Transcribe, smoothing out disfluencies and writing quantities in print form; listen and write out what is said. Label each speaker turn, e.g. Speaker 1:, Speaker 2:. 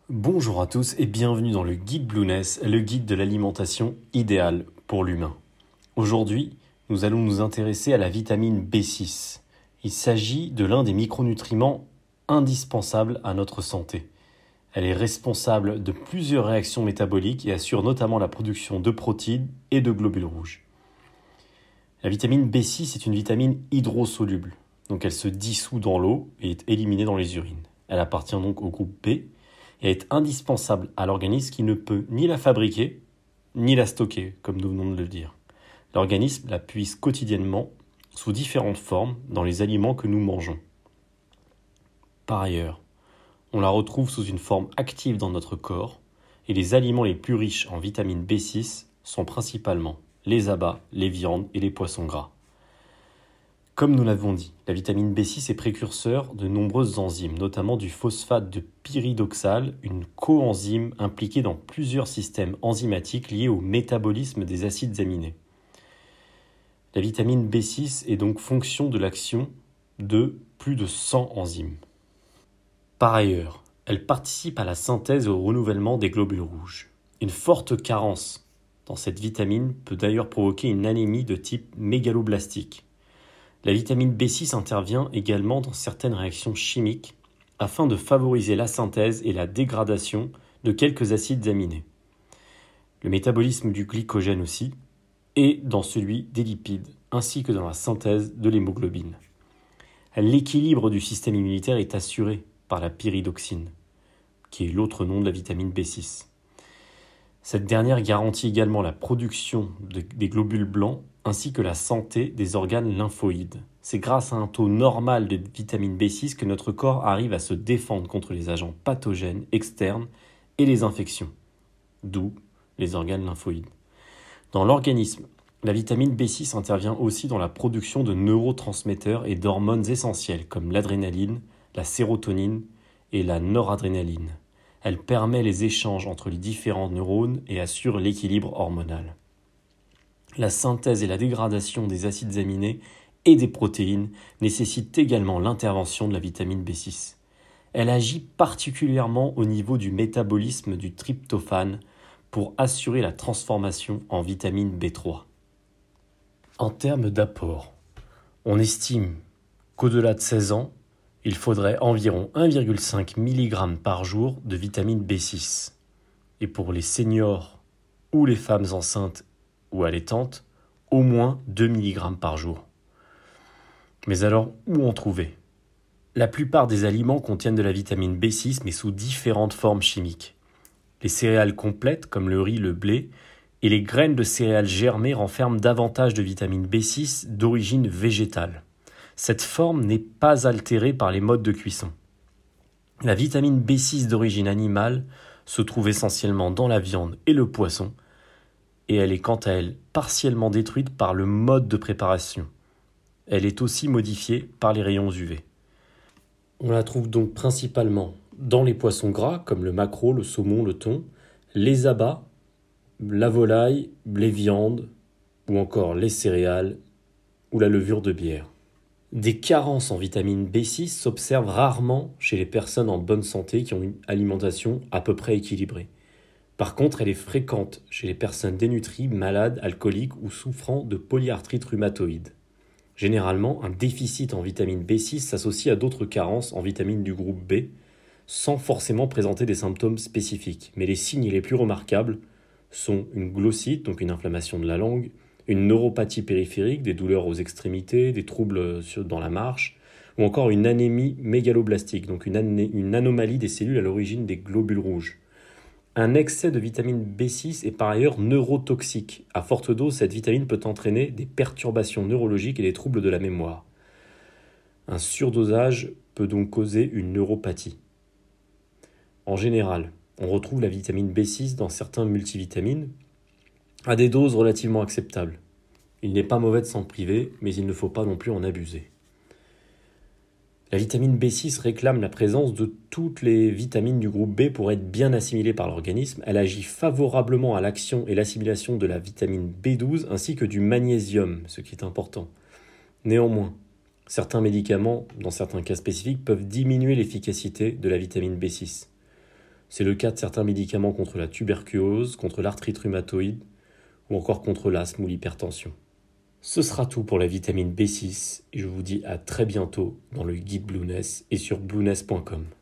Speaker 1: Bonjour à tous et bienvenue dans le guide Blueness, le guide de l'alimentation idéale pour l'humain. Aujourd'hui, nous allons nous intéresser à la vitamine B6. Il s'agit de l'un des micronutriments indispensables à notre santé. Elle est responsable de plusieurs réactions métaboliques et assure notamment la production de protéines et de globules rouges. La vitamine B6 est une vitamine hydrosoluble, donc elle se dissout dans l'eau et est éliminée dans les urines. Elle appartient donc au groupe B et est indispensable à l'organisme qui ne peut ni la fabriquer, ni la stocker, comme nous venons de le dire. L'organisme la puise quotidiennement sous différentes formes dans les aliments que nous mangeons. Par ailleurs, on la retrouve sous une forme active dans notre corps et les aliments les plus riches en vitamine B6 sont principalement les abats, les viandes et les poissons gras. Comme nous l'avons dit, la vitamine B6 est précurseur de nombreuses enzymes, notamment du phosphate de pyridoxal, une coenzyme impliquée dans plusieurs systèmes enzymatiques liés au métabolisme des acides aminés. La vitamine B6 est donc fonction de l'action de plus de 100 enzymes. Par ailleurs, elle participe à la synthèse et au renouvellement des globules rouges. Une forte carence dans cette vitamine peut d'ailleurs provoquer une anémie de type mégaloblastique. La vitamine B6 intervient également dans certaines réactions chimiques afin de favoriser la synthèse et la dégradation de quelques acides aminés. Le métabolisme du glycogène aussi, et dans celui des lipides, ainsi que dans la synthèse de l'hémoglobine. L'équilibre du système immunitaire est assuré par la pyridoxine, qui est l'autre nom de la vitamine B6. Cette dernière garantit également la production des globules blancs ainsi que la santé des organes lymphoïdes. C'est grâce à un taux normal de vitamine B6 que notre corps arrive à se défendre contre les agents pathogènes externes et les infections, d'où les organes lymphoïdes. Dans l'organisme, la vitamine B6 intervient aussi dans la production de neurotransmetteurs et d'hormones essentielles comme l'adrénaline, la sérotonine et la noradrénaline. Elle permet les échanges entre les différents neurones et assure l'équilibre hormonal. La synthèse et la dégradation des acides aminés et des protéines nécessitent également l'intervention de la vitamine B6. Elle agit particulièrement au niveau du métabolisme du tryptophane pour assurer la transformation en vitamine B3. En termes d'apport, on estime qu'au-delà de 16 ans, il faudrait environ 1,5 mg par jour de vitamine B6. Et pour les seniors ou les femmes enceintes ou allaitantes, au moins 2 mg par jour. Mais alors, où en trouver ? La plupart des aliments contiennent de la vitamine B6, mais sous différentes formes chimiques. Les céréales complètes, comme le riz, le blé, et les graines de céréales germées renferment davantage de vitamine B6 d'origine végétale. Cette forme n'est pas altérée par les modes de cuisson. La vitamine B6 d'origine animale se trouve essentiellement dans la viande et le poisson, et elle est quant à elle partiellement détruite par le mode de préparation. Elle est aussi modifiée par les rayons UV. On la trouve donc principalement dans les poissons gras comme le maquereau, le saumon, le thon, les abats, la volaille, les viandes ou encore les céréales ou la levure de bière. Des carences en vitamine B6 s'observent rarement chez les personnes en bonne santé qui ont une alimentation à peu près équilibrée. Par contre, elle est fréquente chez les personnes dénutries, malades, alcooliques ou souffrant de polyarthrite rhumatoïde. Généralement, un déficit en vitamine B6 s'associe à d'autres carences en vitamines du groupe B, sans forcément présenter des symptômes spécifiques. Mais les signes les plus remarquables sont une glossite, donc une inflammation de la langue, une neuropathie périphérique, des douleurs aux extrémités, des troubles dans la marche, ou encore une anémie mégaloblastique, donc une anomalie des cellules à l'origine des globules rouges. Un excès de vitamine B6 est par ailleurs neurotoxique. À forte dose, cette vitamine peut entraîner des perturbations neurologiques et des troubles de la mémoire. Un surdosage peut donc causer une neuropathie. En général, on retrouve la vitamine B6 dans certains multivitamines à des doses relativement acceptables. Il n'est pas mauvais de s'en priver, mais il ne faut pas non plus en abuser. La vitamine B6 réclame la présence de toutes les vitamines du groupe B pour être bien assimilée par l'organisme. Elle agit favorablement à l'action et l'assimilation de la vitamine B12 ainsi que du magnésium, ce qui est important. Néanmoins, certains médicaments, dans certains cas spécifiques, peuvent diminuer l'efficacité de la vitamine B6. C'est le cas de certains médicaments contre la tuberculose, contre l'arthrite rhumatoïde ou encore contre l'asthme ou l'hypertension. Ce sera tout pour la vitamine B6 et je vous dis à très bientôt dans le guide Blueness et sur blueness.com.